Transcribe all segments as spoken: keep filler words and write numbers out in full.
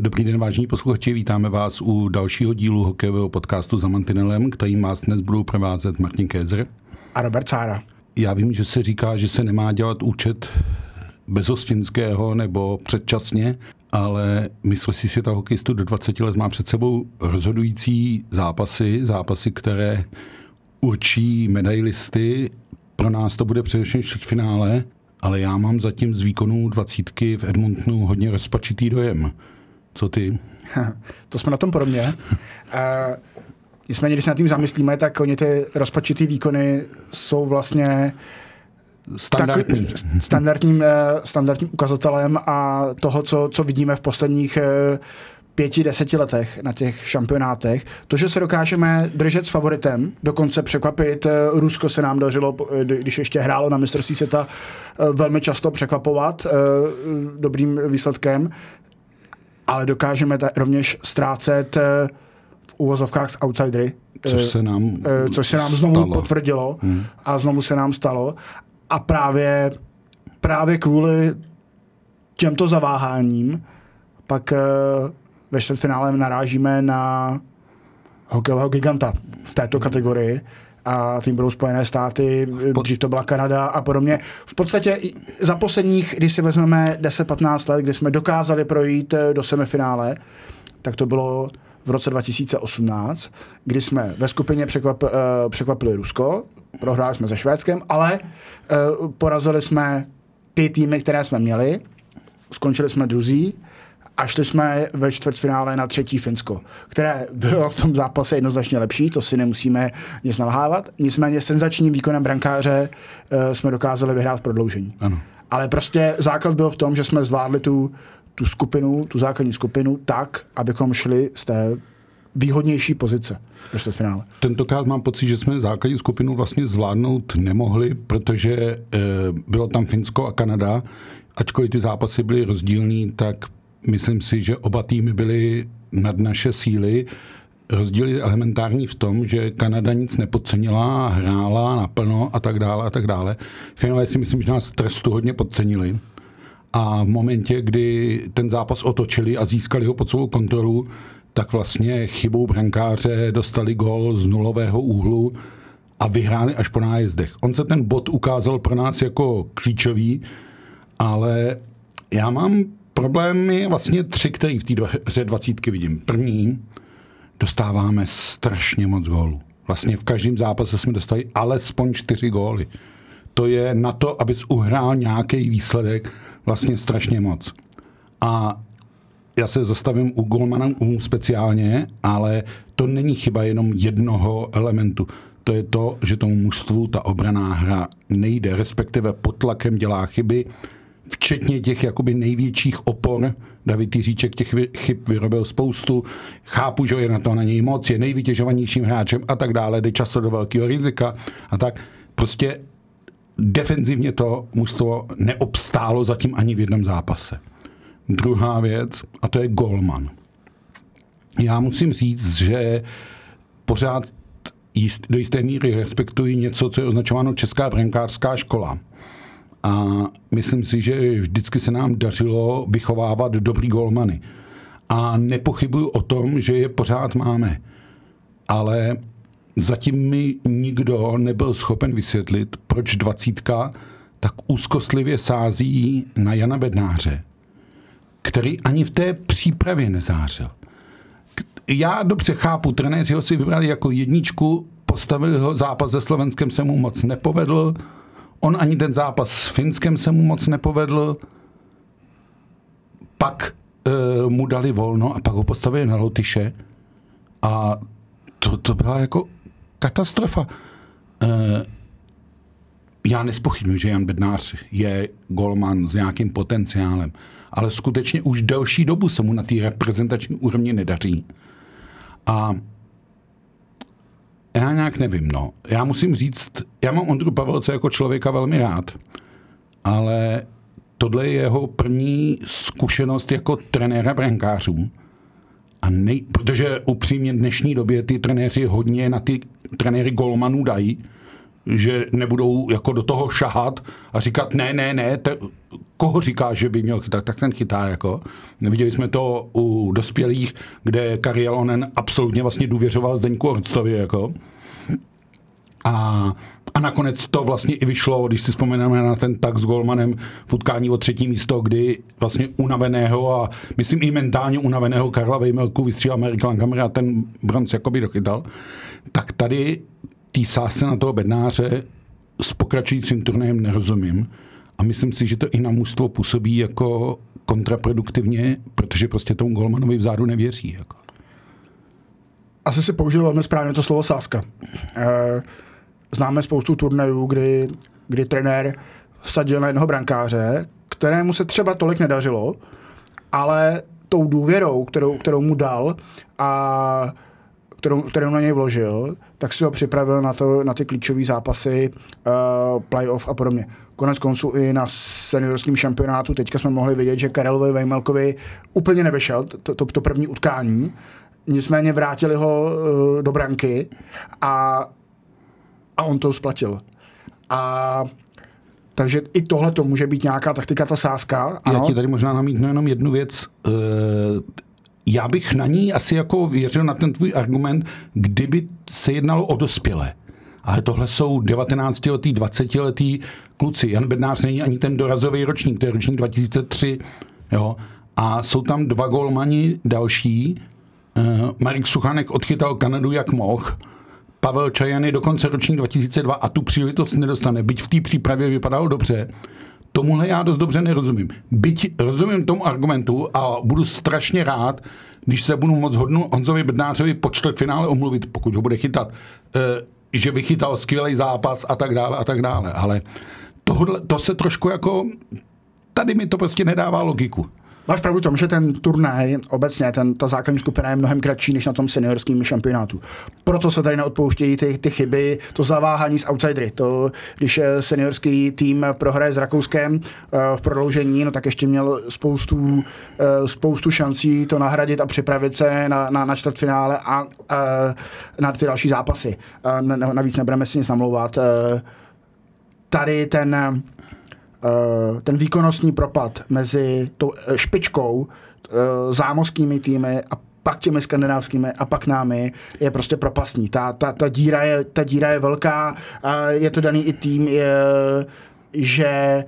Dobrý den, vážení posluchači, vítáme vás u dalšího dílu hokejového podcastu Za mantinelem, kterým vás dnes budou provázet Martin Kézer a Robert Cára. Já vím, že se říká, že se nemá dělat účet Bezostinského nebo předčasně, ale myslím si, že ta hokejistu do dvaceti let má před sebou rozhodující zápasy, zápasy, které určí medailisty. Pro nás to bude především čtvrtfinále, ale já mám zatím z výkonů dvacítky v Edmontonu hodně rozpačitý dojem. Co ty? To jsme na tom podobně. uh, nicméně, když se nad tím zamyslíme, tak oni ty rozpačitý výkony jsou vlastně standardní. Tak, standardním, standardním ukazatelem a toho, co, co vidíme v posledních pěti, deseti letech na těch šampionátech. To, že se dokážeme držet s favoritem, dokonce překvapit, Rusko se nám dařilo, když ještě hrálo na mistrovství světa, velmi často překvapovat dobrým výsledkem, ale dokážeme ta, rovněž ztrácet v úvozovkách s outsidery, což se nám, což se nám znovu stalo. potvrdilo hmm. a znovu se nám stalo. A právě, právě kvůli těmto zaváháním pak ve čtvrtfinále narážíme na hokejového giganta v této kategorii a tím budou Spojené státy, dřív to byla Kanada a podobně. V podstatě za posledních, když si vezmeme deset patnáct let, kdy jsme dokázali projít do semifinále, tak to bylo v roce dva tisíce osmnáct, kdy jsme ve skupině překvap, uh, překvapili Rusko, prohráli jsme se Švédskem, ale uh, porazili jsme ty týmy, které jsme měli, skončili jsme druzí a šli jsme ve čtvrtfinále na třetí Finsko, které bylo v tom zápase jednoznačně lepší, to si nemusíme nic nalhávat. Nicméně senzačním výkonem brankáře uh, jsme dokázali vyhrát v prodloužení. Ano. Ale prostě základ byl v tom, že jsme zvládli tu tu skupinu, tu základní skupinu tak, abychom šli z té výhodnější pozice do čtvrtfinále. Tentokrát mám pocit, že jsme základní skupinu vlastně zvládnout nemohli, protože e, bylo tam Finsko a Kanada, ačkoliv ty zápasy byly rozdílný, tak myslím si, že oba týmy byly nad naše síly. Rozdíl je elementární v tom, že Kanada nic nepodcenila, hrála naplno a tak dále a tak dále. Finové si myslím, že nás trestu hodně podcenili. A v momentě, kdy ten zápas otočili a získali ho pod svou kontrolu, tak vlastně chybou brankáře dostali gól z nulového úhlu a vyhráli až po nájezdech. On se ten bod ukázal pro nás jako klíčový, ale já mám problémy vlastně tři, který v té hře dvacítky vidím. První, dostáváme strašně moc gólů. Vlastně v každém zápase jsme dostali alespoň čtyři góly. To je na to, abys uhrál nějaký výsledek, vlastně strašně moc. A já se zastavím u golmanů speciálně, ale to není chyba jenom jednoho elementu. To je to, že tomu mužstvu ta obranná hra nejde, respektive pod tlakem dělá chyby, včetně těch jakoby největších opor. David Jiříček těch chyb vyrobil spoustu. Chápu, že je na to na něj moc, je nejvytěžovanějším hráčem a tak dále, jde často do velkého rizika a tak. Prostě defenzivně to mužstvo neobstálo zatím ani v jednom zápase. Druhá věc, a to je golman. Já musím říct, že pořád jist, do jisté míry respektuji něco, co je označováno česká brankářská škola. A myslím si, že vždycky se nám dařilo vychovávat dobrý golmany. A nepochybuju o tom, že je pořád máme. Ale zatím mi nikdo nebyl schopen vysvětlit, proč dvacítka tak úzkostlivě sází na Jana Bednáře, který ani v té přípravě nezářil. Já dobře chápu, trenéři ho si vybrali jako jedničku, postavili ho, zápas se Slovenskem se mu moc nepovedl, on ani ten zápas s Finskem se mu moc nepovedl, pak e, mu dali volno a pak ho postavili na Lotyše a to, to byla jako katastrofa. E, já nespochybnuju, že Jan Bednář je golman s nějakým potenciálem, ale skutečně už delší dobu se mu na té reprezentační úrovni nedaří. A já nějak nevím, no. Já musím říct, já mám Ondru Pavelce jako člověka velmi rád, ale tohle je jeho první zkušenost jako trenéra brankářů. A nej, protože upřímně v dnešní době ty trenéři hodně na ty trenéry golmanů dají. že nebudou jako do toho šahat a říkat ne, ne, ne, te, koho říká, že by měl chytat, tak ten chytá jako. Viděli jsme to u dospělých, kde Kari Jalonen absolutně vlastně důvěřoval Zdeňku Orctovi jako. A, a nakonec to vlastně i vyšlo, když si vzpomeneme na ten tak s golmanem v utkání o třetí místo, kdy vlastně unaveného a myslím i mentálně unaveného Karla Vejmelku vystřílel Amerika Langhammer a ten bronz jakoby dochytal. Tak tady tý sásce na toho bednáře s pokračujícím turnajem nerozumím. A myslím si, že to i na mužstvo působí jako kontraproduktivně, protože prostě tomu golmanovi vzadu nevěří. Jako. Asi si použil velmi správně to slovo sázka. E, známe spoustu turnajů, kdy, kdy trenér vsadil na jednoho brankáře, kterému se třeba tolik nedařilo, ale tou důvěrou, kterou, kterou mu dal a kterou, kterou na něj vložil, tak si ho připravil na, to, na ty klíčové zápasy, uh, playoff a podobně. Konec konců i na seniorském šampionátu teďka jsme mohli vidět, že Karlovi Vejmelkovi úplně nevyšel to, to, to první utkání, nicméně vrátili ho uh, do branky a, a on to splatil. A takže i tohle to může být nějaká taktika, ta sázka. Ano. Já ti tady možná namítnu jenom jednu věc. Uh, Já bych na ní asi jako věřil na ten tvůj argument, kdyby se jednalo o dospělé. Ale tohle jsou devatenáctiletý, dvacetiletý kluci. Jan Bednář není ani ten dorazový ročník, to je ročník dva tisíce tři. Jo? A jsou tam dva golmani další. Uh, Marek Suchanek odchytal Kanadu jak mohl. Pavel Čajan je dokonce ročník dva tisíce dva a tu příležitost nedostane. Byť v té přípravě vypadalo dobře. Tomuhle já dost dobře nerozumím. Byť rozumím tomu argumentu a budu strašně rád, když se budu moc hodnu Honzovi Bednářovi po čtvrtfinále omluvit, pokud ho bude chytat, že vychytal skvělý zápas a tak dále a tak dále. Ale tohle, to se trošku jako, tady mi to prostě nedává logiku. Máš pravdu v tom, že ten turnaj, obecně ten, ta základní skupina je mnohem kratší než na tom seniorském šampionátu. Proto se tady neodpouštějí ty, ty chyby, to zaváhání s outsidery. To, když seniorský tým prohraje s Rakouskem uh, v prodloužení, no tak ještě měl spoustu, uh, spoustu šancí to nahradit a připravit se na, na, na čtvrtfinále a uh, na ty další zápasy. Uh, navíc nebudeme si nic namlouvat. Uh, tady ten... ten výkonnostní propad mezi tou špičkou, zámořskými týmy a pak těmi skandinávskými a pak námi je prostě propastní. Ta, ta, ta, díra, je, ta díra je velká a je to daný i tím, je, že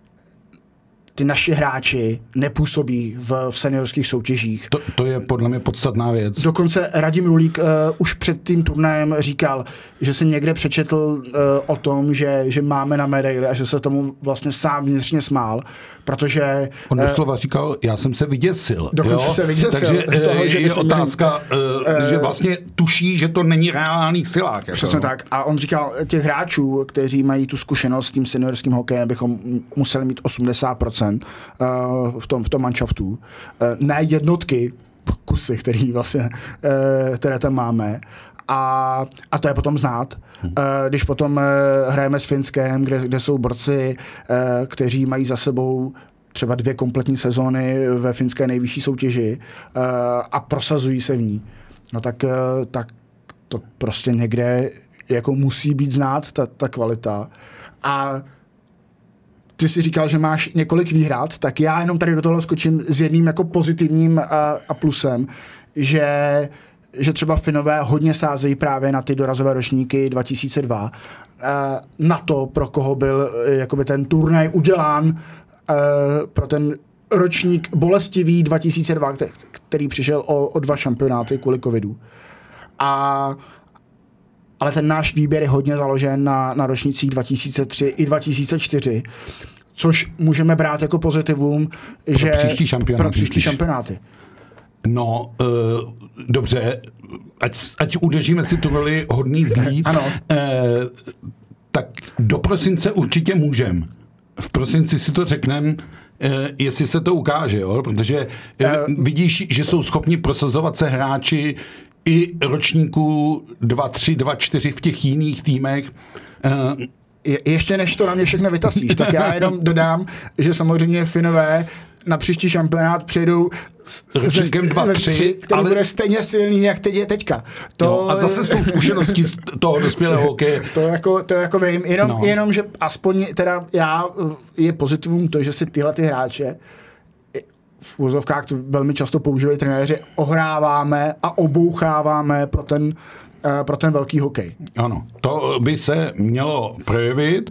ty naši hráči nepůsobí v, v seniorských soutěžích. To, to je podle mě podstatná věc. Dokonce Radim Rulík uh, už před tím turnajem říkal, že si někde přečetl uh, o tom, že, že máme na medaili a že se tomu vlastně sám vnitřně smál, protože... On doslova uh, říkal, já jsem se vyděsil. Dokonce jo? se vyděsil. Takže toho, že je otázka, měli, uh, že vlastně tuší, že to není v reálných silách. Přesně jako. Tak. A on říkal, těch hráčů, kteří mají tu zkušenost s tím seniorským hokejem, bychom museli mít osmdesát procent v tom, v tom manšaftu. Ne jednotky, kusy, který vlastně, které tam máme. A, a to je potom znát. Hmm. Když potom hrajeme s Finskem, kde, kde jsou borci, kteří mají za sebou třeba dvě kompletní sezóny ve finské nejvyšší soutěži a prosazují se v ní. No tak, tak to prostě někde jako musí být znát, ta, ta kvalita. A ty jsi říkal, že máš několik výhrad, tak já jenom tady do toho skočím s jedním jako pozitivním a, a plusem, že, že třeba Finové hodně sázejí právě na ty dorazové ročníky dva tisíce dva, na to, pro koho byl jakoby ten turnaj udělán, pro ten ročník bolestivý dva tisíce dva, který přišel o, o dva šampionáty kvůli covidu. A ale ten náš výběr je hodně založen na, na ročnících dva tisíce tři i dva tisíce čtyři, což můžeme brát jako pozitivum, pro že příští šampionáty. Pro příští šampionáty. No, uh, dobře, ať, ať udržíme si tu roli hodný zlý, ano. Uh, tak do prosince určitě můžem. V prosinci si to řekneme, uh, jestli se to ukáže, jo? Protože uh, vidíš, že jsou schopni prosazovat se hráči i ročníků dva tři, dva čtyři v těch jiných týmech. Je, ještě než to na mě všechno vytasíš, tak já jenom dodám, že samozřejmě Finové na příští šampionát přijedou ročníkem dva tři, který ale... bude stejně silný, jak teď je teďka. To... Jo, a zase s tou zkušeností z toho dospělého hokeje. To jako, to jako vím, jenom, no. jenom, že aspoň teda já, je pozitivum to, že si tyhle ty hráče v úzovkách, to velmi často používají trenéři, ohráváme a oboucháváme pro ten, pro ten velký hokej. Ano, to by se mělo projevit.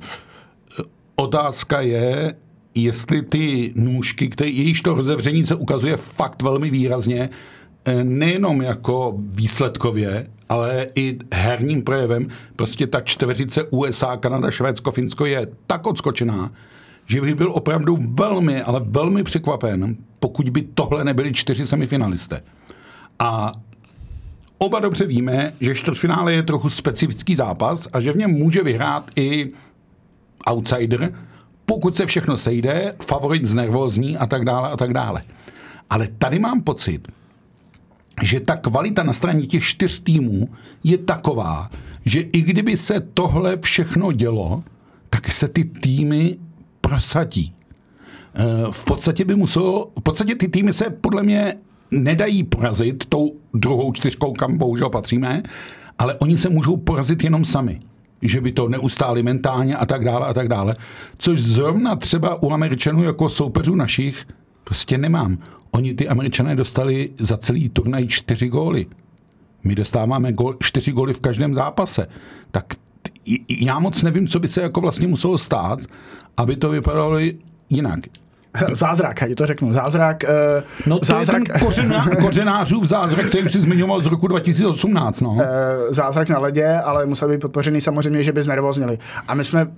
Otázka je, jestli ty nůžky, které jejíž to rozevření se ukazuje fakt velmi výrazně, nejenom jako výsledkově, ale i herním projevem, prostě ta čtveřice U S A, Kanada, Švédsko, Finsko je tak odskočená, že bych byl opravdu velmi, ale velmi překvapen, pokud by tohle nebyli čtyři semifinalisté. A oba dobře víme, že čtvrtfinále je trochu specifický zápas a že v něm může vyhrát i outsider, pokud se všechno sejde, favorit znervózní a tak dále a tak dále. Ale tady mám pocit, že ta kvalita na straně těch čtyř týmů je taková, že i kdyby se tohle všechno dělo, tak se ty týmy prosadí. V podstatě by muselo, v podstatě ty týmy se podle mě nedají porazit tou druhou čtyřkou, kam bohužel patříme, ale oni se můžou porazit jenom sami. Že by to neustáli mentálně a tak dále a tak dále. Což zrovna třeba u Američanů jako soupeřů našich prostě nemám. Oni ty Američané dostali za celý turnaj čtyři góly. My dostáváme gól, čtyři góly v každém zápase. Tak já moc nevím, co by se jako vlastně muselo stát, aby to vypadalo jinak. Zázrak, ať to řeknu. Zázrak. Uh, no to zázrak... je ten kořená, kořenářův zázrak, který už si zmiňoval z roku dva tisíce osmnáct. No. Uh, zázrak na ledě, ale musel být podpořený samozřejmě, že by znervoznili. A my jsme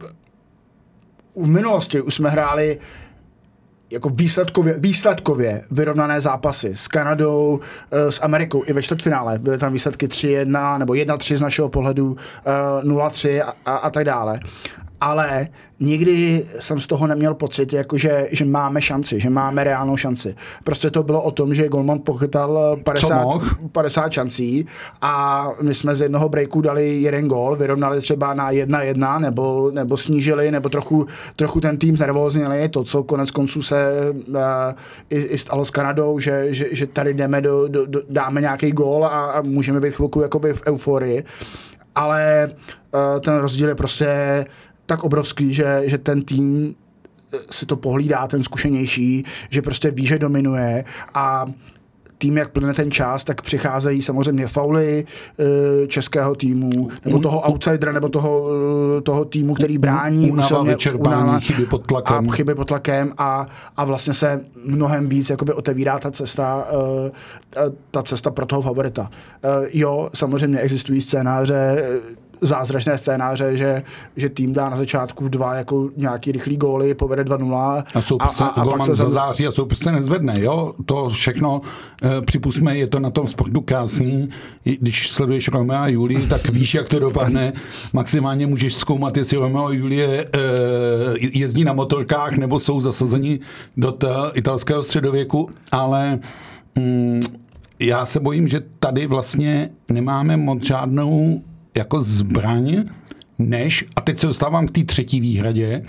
v minulosti už jsme hráli jako výsledkově, výsledkově vyrovnané zápasy s Kanadou, s Amerikou i ve čtvrtfinále. Byly tam výsledky tři jedna nebo jedna tři z našeho pohledu, nula tři a, a, a tak dále. Ale nikdy jsem z toho neměl pocit, jako že, že máme šanci, že máme reálnou šanci. Prostě to bylo o tom, že Golman pochytal padesát, padesát šancí a my jsme z jednoho breaku dali jeden gól, vyrovnali třeba na jedna jedna nebo, nebo snížili, nebo trochu, trochu ten tým znervóznili. To, co konec konců se uh, i, i stalo s Kanadou, že, že, že tady jdeme do, do, do, dáme nějaký gól a, a můžeme být chvilku jakoby v euforii. Ale uh, ten rozdíl je prostě tak obrovský, že, že ten tým si to pohlídá, ten zkušenější, že prostě ví, že dominuje a tým, jak plyne ten čas, tak přicházejí samozřejmě fauly českého týmu, nebo toho outsidera, nebo toho, toho týmu, který brání. Unava, vyčerpání, chyby pod tlakem. A chyby pod tlakem a, a vlastně se mnohem víc jakoby otevírá ta cesta, ta cesta pro toho favorita. Jo, samozřejmě existují scénáře, zázračné scénáře, že, že tým dá na začátku dva jako nějaký rychlý góly, povede dva nula. A souprve golman zazáří a souprve se nezvedne, jo? To všechno, e, připustme, je to na tom sportu krásný. Když sleduješ Romea a Julii, tak víš, jak to dopadne. Maximálně můžeš zkoumat, jestli Romeo a Julie e, jezdí na motorkách nebo jsou zasazeni do t- italského středověku, ale mm, já se bojím, že tady vlastně nemáme moc žádnou jako zbraň, než, a teď se dostávám k té třetí výhradě,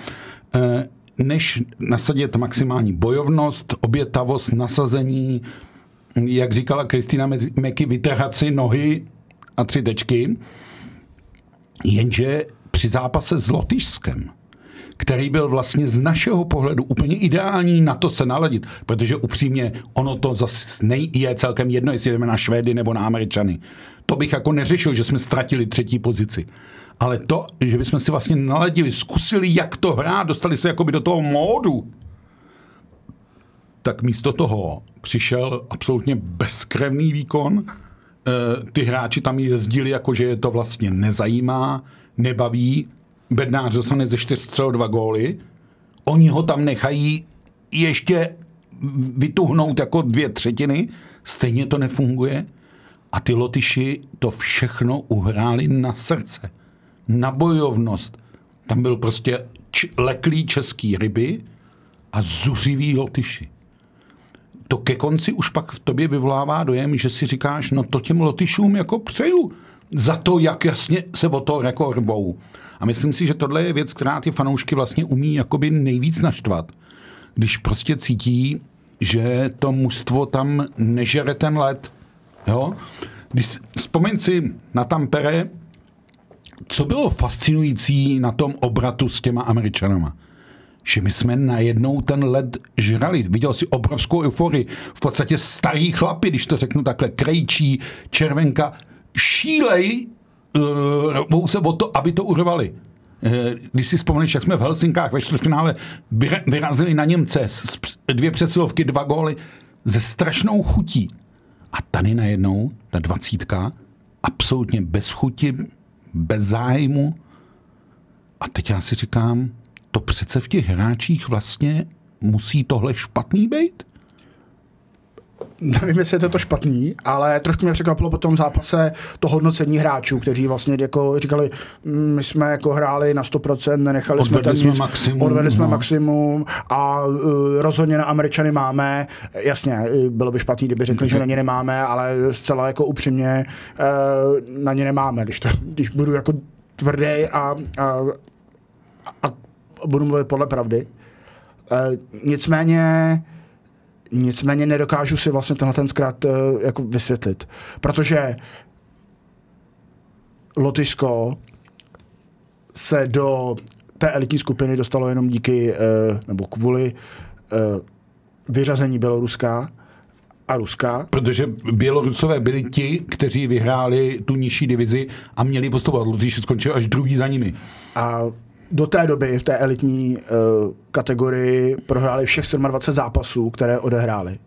než nasadit maximální bojovnost, obětavost, nasazení, jak říkala Kristýna Meky, vytrhat si nohy a tři tečky, jenže při zápase s Lotyšskem, který byl vlastně z našeho pohledu úplně ideální na to se naladit, protože upřímně ono to zase je celkem jedno, jestli jdeme na Švédy nebo na Američany. To bych jako neřešil, že jsme ztratili třetí pozici. Ale to, že bychom si vlastně naladili, zkusili, jak to hrát, dostali se jakoby do toho módu, tak místo toho přišel absolutně bezkrevný výkon. E, ty hráči tam jezdili, jako že je to vlastně nezajímá, nebaví. Bednář dostane ze čtyř střel dva góly. Oni ho tam nechají ještě vytuhnout jako dvě třetiny. Stejně to nefunguje. A ty Lotyši to všechno uhráli na srdce. Na bojovnost. Tam byl prostě č- leklý český ryby a zuřivý Lotyši. To ke konci už pak v tobě vyvolává dojem, že si říkáš, no to těm Lotyšům jako přeju za to, jak jasně se o to jako rvou. A myslím si, že tohle je věc, která ty fanoušky vlastně umí jakoby nejvíc naštvat. Když prostě cítí, že to mužstvo tam nežere ten led. Jo? Když vzpomeň si na Tampere, co bylo fascinující na tom obratu s těma Američanama? Že my jsme najednou ten led žrali. Viděl si obrovskou euforii. V podstatě starý chlapi, když to řeknu takhle, Krejčí, Červenka, šílej uh, se o to, aby to urvali. Uh, když si vzpomeneš, jak jsme v Helsinkách ve čtvrtfinále vyrazili na Němce, dvě přesilovky, dva góly, ze strašnou chutí. A tady najednou ta dvacítka, absolutně bez chuti, bez zájmu. A teď já si říkám, to přece v těch hráčích vlastně musí tohle špatný být? Nevím, jestli je to, to špatný, ale trošku mě překvapilo po tom zápase to hodnocení hráčů, kteří vlastně jako říkali, my jsme jako hráli na sto procent, nenechali odvedli jsme tam jsme nic, maximum, odvedli jsme no. maximum a uh, rozhodně na Američany máme. Jasně, bylo by špatný, kdyby řekli, že na ně nemáme, ale zcela jako upřímně uh, na ně nemáme, když, to, když budu jako tvrdý a, a, a budu mluvit podle pravdy. Uh, nicméně Nicméně nedokážu si vlastně tenhle ten zkrát uh, jako vysvětlit. Protože Lotyšsko se do té elitní skupiny dostalo jenom díky, uh, nebo kvůli uh, vyřazení Běloruska a Ruska. Protože Bělorusové byli ti, kteří vyhráli tu nižší divizi a měli postupovat. Lotyši skončili až druhý za nimi. A do té doby v té elitní uh, kategorii prohráli všech dvacet sedm zápasů, které odehráli.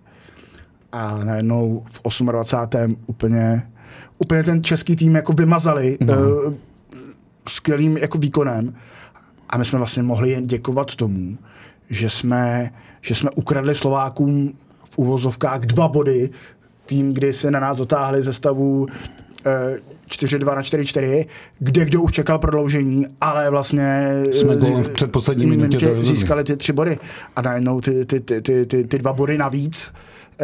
A najednou v dvacátém osmém úplně, úplně ten český tým jako vymazali no. uh, skvělým jako výkonem. A my jsme vlastně mohli jen děkovat tomu, že jsme, že jsme ukradli Slovákům v uvozovkách dva body. Tým, kdy se na nás dotáhli ze stavu uh, čtyři dva na čtyři čtyři, kde kdo už čekal prodloužení, ale vlastně jsme z, v předposlední minutě, minutě získali ty tři body. A najednou ty, ty, ty, ty, ty, ty dva body navíc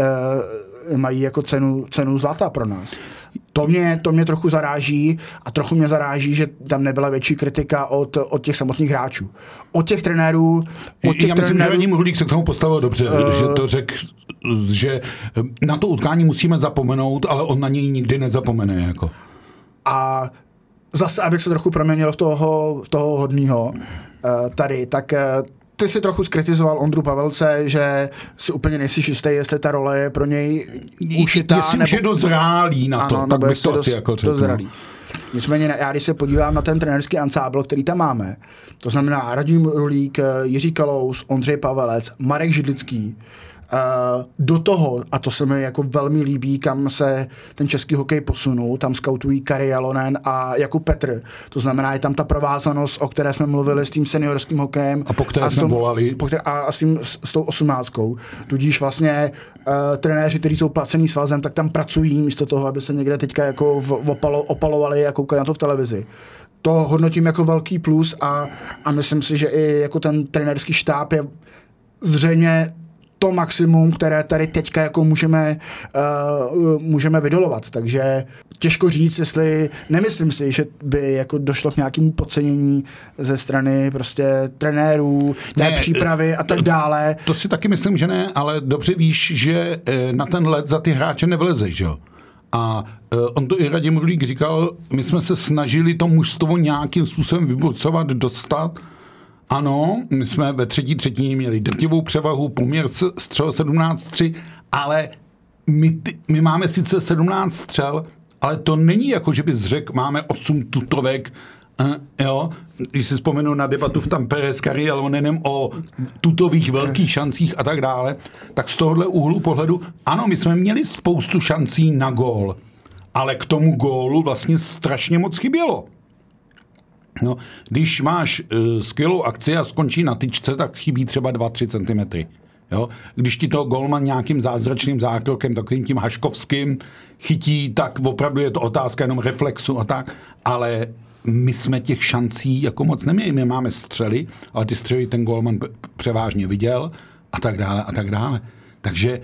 uh, mají jako cenu, cenu zlata pro nás. To mě, to mě trochu zaráží a trochu mě zaráží, že tam nebyla větší kritika od, od těch samotných hráčů. Od těch trenérů... Od těch Já myslím, trenérů, že Radim Hrulík se k tomu postavil dobře, uh, že to řekl, že na to utkání musíme zapomenout, ale on na něj nikdy nezapomene. Jako. A zase, abych se trochu proměnil v toho, v toho hodného tady, tak ty si trochu zkritizoval Ondru Pavelce, že si úplně nejsi jistý, jestli ta role je pro něj ušitá. Jestli nebo... už je dozrálý na to, ano, tak bych to asi jako řekl. Dozrálý. Nicméně já, když se podívám na ten trenérský ansábl, který tam máme, to znamená Radim Hrulík, Jiří Kalous, Ondřej Pavelec, Marek Židlický, Uh, do toho, a to se mi jako velmi líbí, kam se ten český hokej posunul, tam skautují Kari Jalonen a Jakub Petr. To znamená, je tam ta provázanost, o které jsme mluvili s tím seniorským hokejem. A po které a jsme tom, volali. Po které, a, a s, tím, s, s tou osmnáctkou. Tudíž vlastně uh, trenéři, kteří jsou placený svazem, tak tam pracují místo toho, aby se někde teďka jako v, opalo, opalovali a koukali na to v televizi. To hodnotím jako velký plus a, a myslím si, že i jako ten trenérský štáb je zřejmě to maximum, které tady teďka jako můžeme, uh, můžeme vydolovat. Takže těžko říct, jestli nemyslím si, že by jako došlo k nějakému podcenění ze strany prostě trenérů, té ne, přípravy a tak dále. To si taky myslím, že ne, ale dobře víš, že na ten let za ty hráče nevlezeš, že jo? A uh, on to i Radim Hrulík říkal, my jsme se snažili to mužstvo nějakým způsobem vyburcovat, dostat. Ano, my jsme ve třetí třetině měli drtivou převahu, poměr střel sedmnáct tři, ale my, ty, my máme sice sedmnáct střel, ale to není jako, že bys řekl, máme osm tutovek, uh, jo, když si vzpomenu na debatu v Tampere s Kari Jalonenem o tutových velkých šancích a tak dále, tak z tohohle úhlu pohledu, ano, my jsme měli spoustu šancí na gól, ale k tomu gólu vlastně strašně moc chybělo. No, když máš uh, skvělou akci a skončí na tyčce, tak chybí třeba dva tři centimetry. Jo? Když ti to golman nějakým zázračným zákrokem, takovým tím haškovským chytí, tak opravdu je to otázka jenom reflexu a tak, ale my jsme těch šancí jako moc neměli. My máme střely, ale ty střely ten golman převážně viděl a tak dále a tak dále. Takže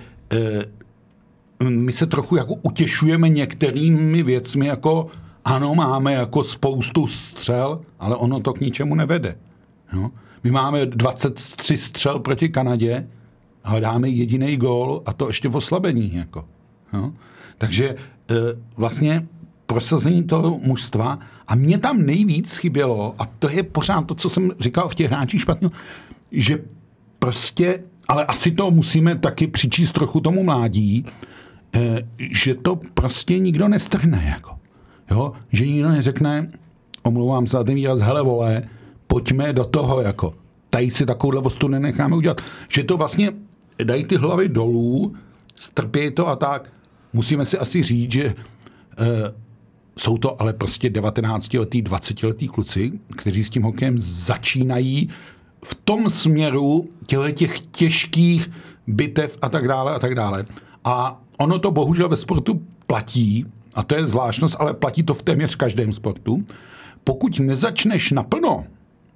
uh, my se trochu jako utěšujeme některými věcmi jako ano, máme jako spoustu střel, ale ono to k ničemu nevede. No. My máme dvacet tři střel proti Kanadě a dáme jediný gól a to ještě v oslabení. Jako. Jo? Takže e, vlastně prosazení toho mužstva a mě tam nejvíc chybělo, a to je pořád to, co jsem říkal v těch hráčích špatně, že prostě, ale asi to musíme taky přičíst trochu tomu mládí, e, že to prostě nikdo nestrhne. Jako. Jo? Že nikdo neřekne, omlouvám se za ten výraz, hele vole, pojďme do toho, jako. Tady si takovouhle vostu nenecháme udělat. Že to vlastně dají ty hlavy dolů, strpějí to a tak. Musíme si asi říct, že e, jsou to ale prostě devatenáctiletí, dvacetiletí kluci, kteří s tím hokejem začínají v tom směru těch těžkých bitev a tak dále a tak dále. A ono to bohužel ve sportu platí, a to je zvláštnost, ale platí to v téměř každém sportu. Pokud nezačneš naplno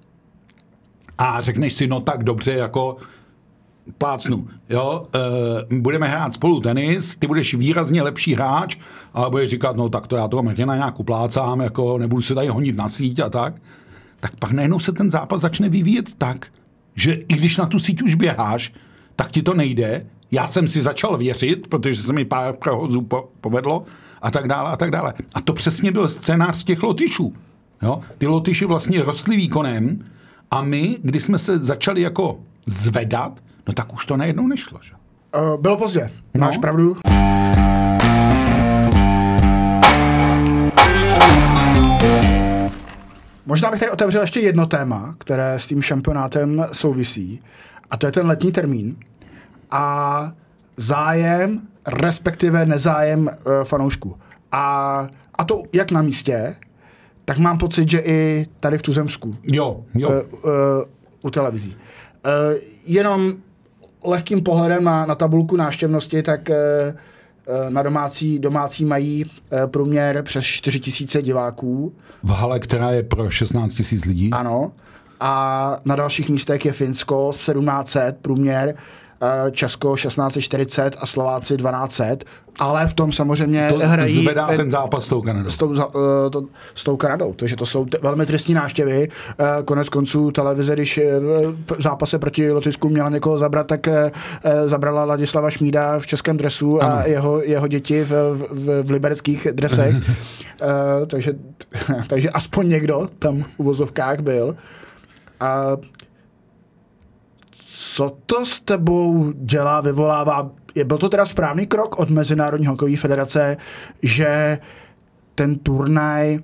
a řekneš si, no tak dobře, jako plácnu, jo, e, budeme hrát spolu tenis, ty budeš výrazně lepší hráč, ale budeš říkat, no tak to já toho Martina nějak uplácám, jako nebudu se tady honit na síť a tak, tak pak najednou se ten zápas začne vyvíjet tak, že i když na tu síť už běháš, tak ti to nejde. Já jsem si začal věřit, protože se mi pár prohozů po, povedlo a tak dále a tak dále. A to přesně byl scénář těch Lotyšů. Jo? Ty Lotyši vlastně rostli výkonem a my, když jsme se začali jako zvedat, no tak už to najednou nešlo. Že? Uh, bylo pozdě. No? Máš pravdu. Možná bych tady otevřel ještě jedno téma, které s tím šampionátem souvisí. A to je ten letní termín. A zájem, respektive nezájem uh, fanoušků. A, a to jak na místě, tak mám pocit, že i tady v Tuzemsku. Jo, jo. Uh, uh, u televizí. Uh, jenom lehkým pohledem na, na tabulku návštěvnosti, tak uh, na domácí, domácí mají uh, průměr přes čtyři tisíce diváků. V hale, která je pro šestnáct tisíc lidí. Ano. A na dalších místech je Finsko sedmnáct set průměr, Česko šestnáct set čtyřicet a Slováci dvanáct set, ale v tom samozřejmě to hrají... zvedá ten zápas s tou Kanadou. S tou, to, s tou Kanadou, takže to jsou t- velmi tristní návštěvy. Konec konců televize, když v zápase proti Lotyšsku měla někoho zabrat, tak zabrala Ladislava Šmída v českém dresu a jeho, jeho děti v, v, v libereckých dresech. takže, takže aspoň někdo tam v uvozovkách byl. A co to s tebou dělá, vyvolává? Byl to teda správný krok od Mezinárodní hokejové federace, že ten turnaj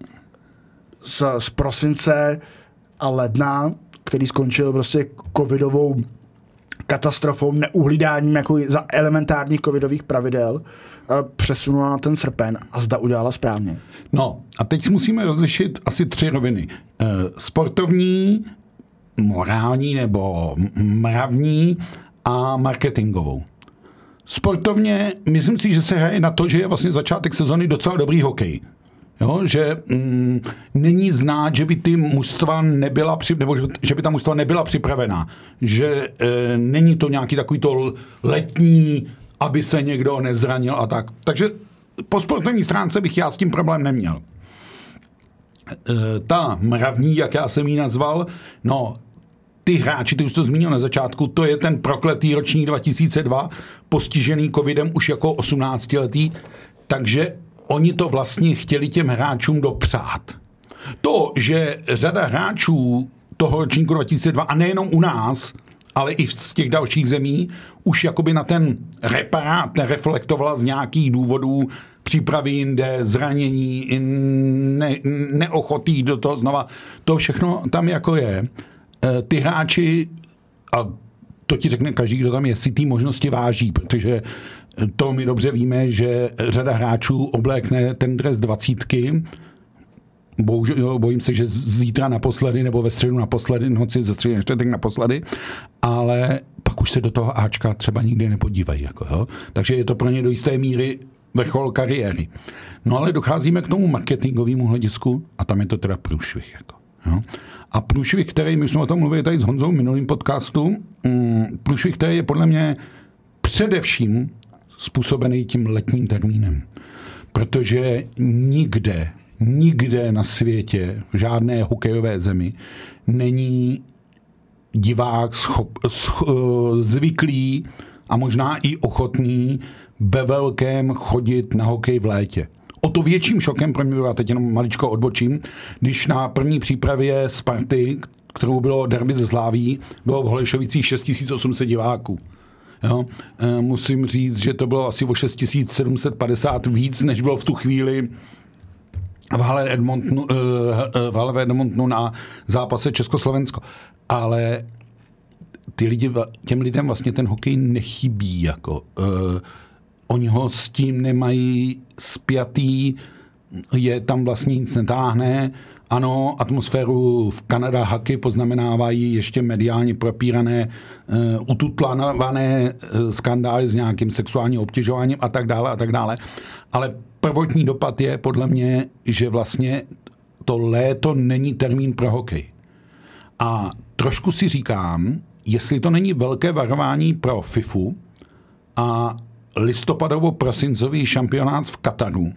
z, z prosince a ledna, který skončil prostě covidovou katastrofou, neuhlídáním jako za elementárních covidových pravidel, přesunula na ten srpen a zda udělala správně? No a teď musíme rozlišit asi tři roviny. E, sportovní, morální nebo mravní a marketingovou. Sportovně, myslím si, že se hraje na to, že je vlastně začátek sezony docela dobrý hokej. Jo, že mm, není znát, že by ty mužstva nebyla, při, nebo že by ta mužstva nebyla připravená. Že e, není to nějaký takový to letní, aby se někdo nezranil a tak. Takže po sportovní stránce bych já s tím problém neměl. E, ta mravní, jak já jsem ji nazval, no, ty hráči, ty už to zmínil na začátku, to je ten prokletý ročník dva tisíce dva, postižený covidem už jako osmnáctiletý, takže oni to vlastně chtěli těm hráčům dopřát. To, že řada hráčů toho ročníku dva tisíce dva, a nejenom u nás, ale i z těch dalších zemí, už jakoby na ten reparát nereflektovala z nějakých důvodů přípravy jinde, zranění, ne, neochotí do toho znova. To všechno tam jako je. Ty hráči, a to ti řekne každý, kdo tam je, si ty možnosti váží, protože to my dobře víme, že řada hráčů oblékne ten dres dvacítky, bohužel, bojím se, že zítra naposledy, nebo ve středu naposledy, noci ze středy na čtvrtek naposledy, ale pak už se do toho Ačka třeba nikdy nepodívají. Jako, jo? Takže je to pro ně do jisté míry vrchol kariéry. No ale docházíme k tomu marketingovému hledisku a tam je to teda průšvih. Jako, jo? A průšvih, který, my jsme o tom mluvili tady s Honzou v minulým podcastu, průšvih, který je podle mě především způsobený tím letním termínem. Protože nikde, nikde na světě, v žádné hokejové zemi, není divák schop, sch, zvyklý a možná i ochotný ve velkém chodit na hokej v létě. O to větším šokem pro mě, já teď jenom maličko odbočím, když na první přípravě Sparty, kterou bylo derby ze Sláví, bylo v Holešovicích šest tisíc osm set diváků. Jo? E, musím říct, že to bylo asi o šest tisíc sedm set padesát víc, než bylo v tu chvíli v hale Edmontonu, e, v hale Edmontonu na zápase Československo. Ale ty lidi, těm lidem vlastně ten hokej nechybí. Jako, e, oni ho s tím nemají spjatý, je tam vlastně nic netáhne. Ano, atmosféru v Kanada Hockey poznamenávají ještě mediálně propírané, uh, ututlanované uh, skandály s nějakým sexuálním obtěžováním a tak dále a tak dále. Ale prvotní dopad je podle mě, že vlastně to léto není termín pro hokej. A trošku si říkám, jestli to není velké varování pro FIFU a listopadovo-prosincový šampionát v Kataru,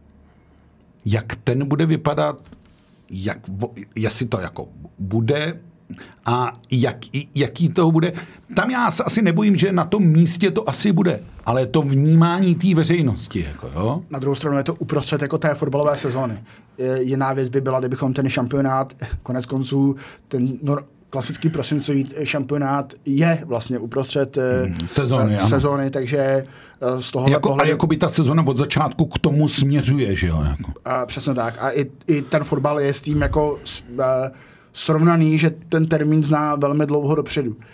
jak ten bude vypadat, jak, jestli to jako bude a jak, jaký to bude. Tam já se asi nebojím, že na tom místě to asi bude, ale to vnímání té veřejnosti. Jako, jo? Na druhou stranu je to uprostřed jako té fotbalové sezóny. Jiná věc by byla, kdybychom ten šampionát, konec konců, ten nor- klasický prosincový šampionát je vlastně uprostřed hmm, sezóny, sezóny, takže z tohohle jako, pohledu... A jako by ta sezóna od začátku k tomu směřuje, že jo? Jako. A přesně tak. A i, i ten fotbal je s tím jako uh, srovnaný, že ten termín zná velmi dlouho dopředu. Uh,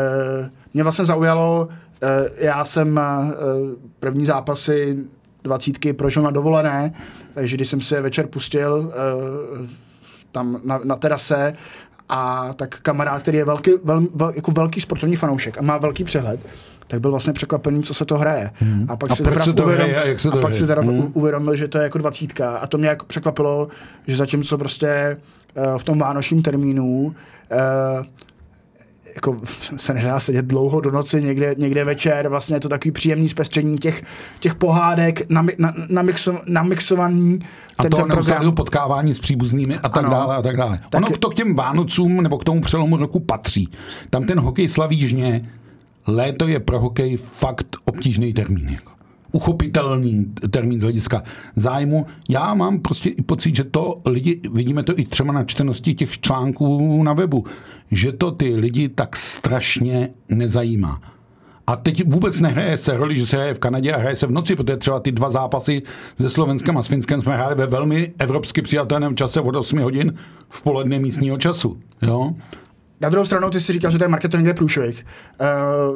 mě vlastně zaujalo, uh, já jsem uh, první zápasy dvacítky prožil na dovolené, takže když jsem se večer pustil uh, tam na, na terase, a tak kamarád, který je velký, vel, vel, jako velký sportovní fanoušek a má velký přehled, tak byl vlastně překvapený, co se to hraje. Hmm. A pak a si teda se to uvědom, hraje, a jak se to a pak si teda hmm. uvědomil, že to je jako dvacítka. A to mě jako překvapilo, že zatímco prostě uh, v tom vánočním termínu uh, jako se nedá sedět dlouho do noci, někde, někde večer, vlastně je to takový příjemný zpestření těch, těch pohádek, nami, na, namixo, namixovaný a to neustálého potkávání s příbuznými a tak ano, dále a tak dále. Tak ono je... to k těm Vánocům nebo k tomu přelomu roku patří. Tam ten hokej slaví žně, léto je pro hokej fakt obtížný termín. Jako. Uchopitelný termín z hlediska zájmu. Já mám prostě i pocit, že to lidi, vidíme to i třeba na čtenosti těch článků na webu, že to ty lidi tak strašně nezajímá. A teď vůbec nehraje se roli, že se hraje v Kanadě a hraje se v noci, protože třeba ty dva zápasy se Slovenskem a s Finskem jsme hráli ve velmi evropsky přijatelném čase od osmi hodin v poledne místního času. Jo? Na druhou stranu ty si říkal, že to je marketingový průšvih. Uh,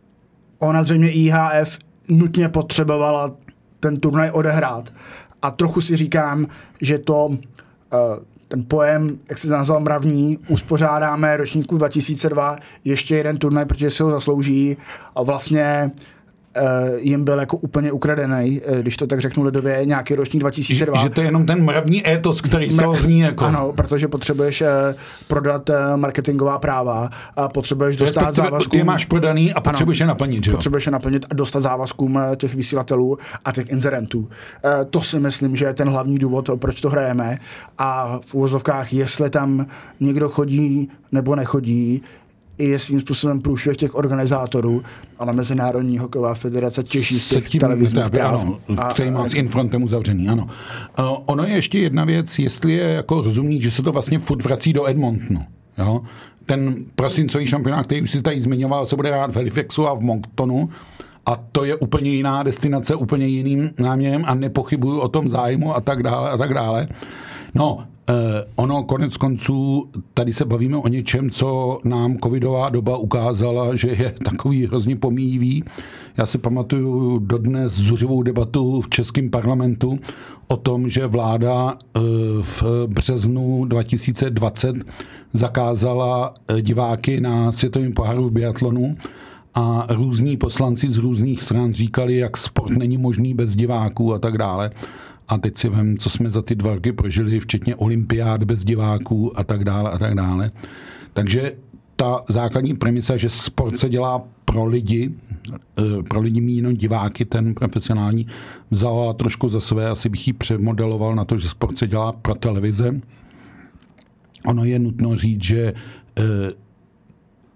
ona zřejmě I H F nutně potřebovala ten turnaj odehrát. A trochu si říkám, že to uh, ten pojem, jak se nazval mravní, uspořádáme ročníku dva tisíce dva ještě jeden turnaj, protože si ho zaslouží a vlastně uh, jim byl jako úplně ukradený, když to tak řeknu lidově, nějaký ročník dva tisíce dva. Že, že to je jenom ten mravní étos, který z toho zní jako. Ano, protože potřebuješ uh, prodat uh, marketingová práva a potřebuješ dostat závazkům. Ty je máš prodaný a potřebuješ je naplnit, že jo? Potřebuješ je naplnit a dostat závazkům těch vysílatelů a těch inzerentů. Uh, to si myslím, že je ten hlavní důvod, proč to hrajeme. A v úvozovkách, jestli tam někdo chodí nebo nechodí, i je svým způsobem průšvih těch organizátorů, ale Mezinárodní hokejová federace těší z těch televizních práv. Který má s Infrontem uzavřený, ano. Uh, ono je ještě jedna věc, jestli je jako rozumný, že se to vlastně furt vrací do Edmontonu. Jo? Ten prosincový šampionát, který už si tady zmiňoval, se bude hrát v Halifaxu a v Monktonu. A to je úplně jiná destinace, úplně jiným náměrem a nepochybuju o tom zájmu a tak dále a tak dále. No, Eh, ono konec konců, tady se bavíme o něčem, co nám covidová doba ukázala, že je takový hrozně pomíjivý. Já si pamatuju dodnes zuřivou debatu v českém parlamentu o tom, že vláda eh, v březnu dva tisíce dvacet zakázala diváky na světovém poháru v biatlonu a různí poslanci z různých stran říkali, jak sport není možný bez diváků a tak dále. A teď si vem, co jsme za ty dva roky prožili, včetně olympiád bez diváků a tak dále a tak dále. Takže ta základní premisa, že sport se dělá pro lidi, pro lidi míněno diváky, ten profesionální, vzala trošku za své, asi bych ji přemodeloval na to, že sport se dělá pro televize. Ono je nutno říct, že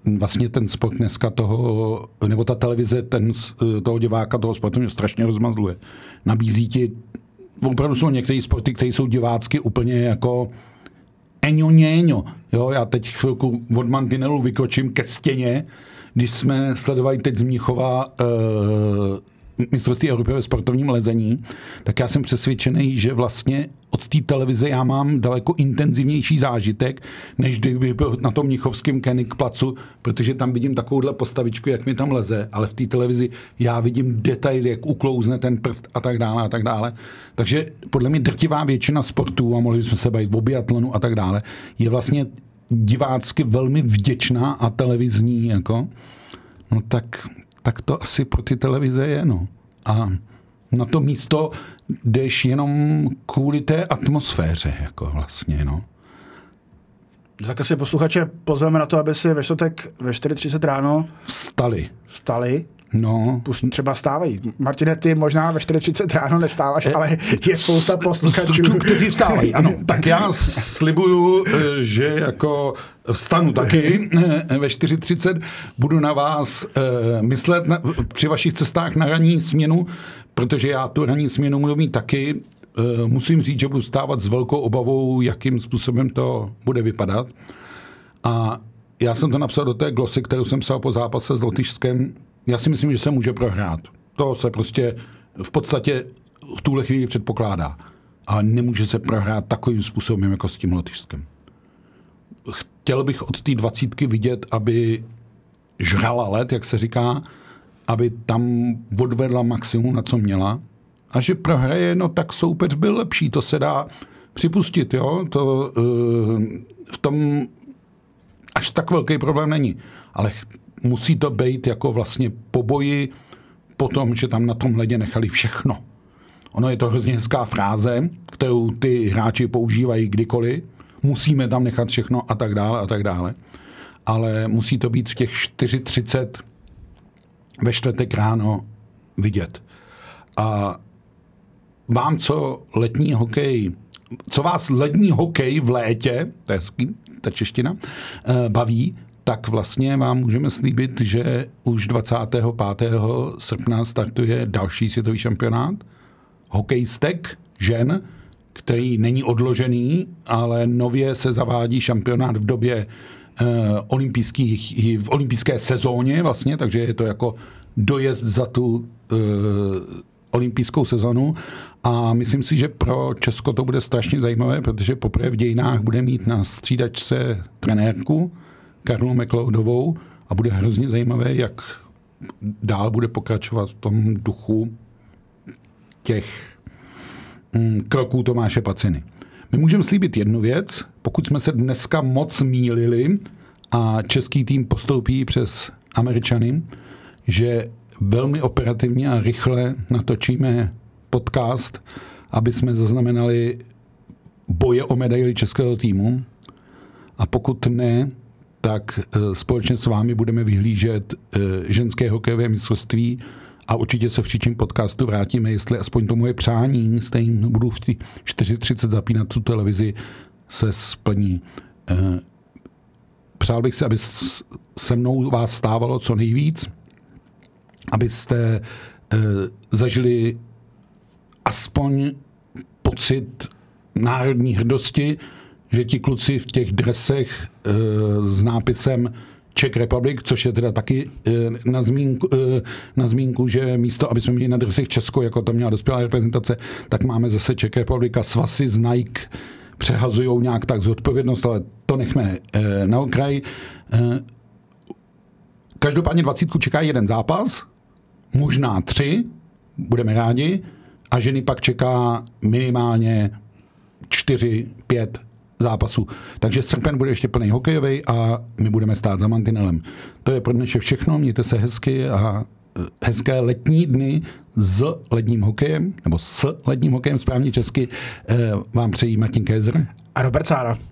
vlastně ten sport dneska toho, nebo ta televize ten, toho diváka, toho sportu mě strašně rozmazluje. Nabízí ti, opravdu jsou některé sporty, které jsou divácky úplně jako eňo něňo. Jo, já teď chvilku od mantinelu vykročím ke stěně, když jsme sledovali teď z Mnichova uh, mistrovství Evropy ve sportovním lezení, tak já jsem přesvědčený, že vlastně od té televize já mám daleko intenzivnější zážitek, než kdyby byl na tom mnichovském Koenig placu, protože tam vidím takovouhle postavičku, jak mi tam leze, ale v té televizi já vidím detaily, jak uklouzne ten prst a tak dále a tak dále. Takže podle mě drtivá většina sportů, a mohli bychom se bavit o biatlonu a tak dále, je vlastně divácky velmi vděčná a televizní, jako, no tak, tak to asi pro ty televize je, no. A na to místo jdeš jenom kvůli té atmosféře, jako vlastně, no. Tak asi posluchače pozveme na to, aby si ve čtvrtek ve čtyři třicet ráno vstali. Vstali. No. Třeba stávají. Martine, ty možná ve čtyři třicet ráno nestáváš, e, ale je spousta posluchačů, kteří vstávají. Ano, tak já slibuju, že jako vstanu taky ve čtyři třicet, budu na vás myslet na, při vašich cestách na ranní směnu, protože já tu ranní směnu budu mít taky. Musím říct, že budu stávat s velkou obavou, jakým způsobem to bude vypadat. A já jsem to napsal do té glosy, kterou jsem psal po zápase s Lotyšskem. Já si myslím, že se může prohrát. To se prostě v podstatě v tuhle chvíli předpokládá. Ale nemůže se prohrát takovým způsobem, jako s tím Lotyšskem. Chtěl bych od té dvacítky vidět, aby žrala led, jak se říká, aby tam odvedla maximum, na co měla. A že prohraje, no tak soupeř byl lepší. To se dá připustit, jo. To uh, v tom až tak velký problém není. Ale musí to být jako vlastně po boji, po tom, že tam na tom ledě nechali všechno. Ono je to hrozně hezká fráze, kterou ty hráči používají kdykoliv. Musíme tam nechat všechno a tak dále a tak dále. Ale musí to být v těch čtyři třicet ve čtvrtek ráno vidět. A vám, co letní hokej, co vás lední hokej v létě, to je hezký, ta čeština, baví, tak vlastně vám můžeme slíbit, že už dvacátého pátého srpna startuje další světový šampionát. Hokejistek žen, který není odložený, ale nově se zavádí šampionát v době eh, olympijských, v olympijské sezóně vlastně, takže je to jako dojezd za tu eh, olympijskou sezonu. A myslím si, že pro Česko to bude strašně zajímavé, protože poprvé v dějinách bude mít na střídačce trenérku Karlu McLeodovou a bude hrozně zajímavé, jak dál bude pokračovat v tom duchu těch mm, kroků Tomáše Paciny. My můžeme slíbit jednu věc, pokud jsme se dneska moc mýlili a český tým postoupí přes Američany, že velmi operativně a rychle natočíme podcast, aby jsme zaznamenali boje o medaili českého týmu. A pokud ne, tak společně s vámi budeme vyhlížet ženské hokejové mistrovství a určitě se v příštím podcastu vrátíme, jestli aspoň to moje přání, stejně budu v té čtyři třicet zapínat tu televizi, se splní. Přál bych si, aby se mnou vás stávalo co nejvíc, abyste zažili aspoň pocit národní hrdosti, že ti kluci v těch dresech e, s nápisem Czech Republic, což je teda taky e, na, zmínku, e, na zmínku, že místo, aby jsme měli na dresech Česko, jako to měla dospělá reprezentace, tak máme zase Czech Republic a svasy z Nike přehazujou nějak tak zodpovědnost, ale to nechme e, na okraj. E, každopádně dvacítku čeká jeden zápas, možná tři, budeme rádi, a ženy pak čeká minimálně čtyři, pět zápasů. Takže srpen bude ještě plný hokejový a my budeme stát za mantinelem. To je pro dnešek všechno, mějte se hezky a hezké letní dny s ledním hokejem, nebo s ledním hokejem, správně česky, vám přejí Martin Kézer a Robert Sára.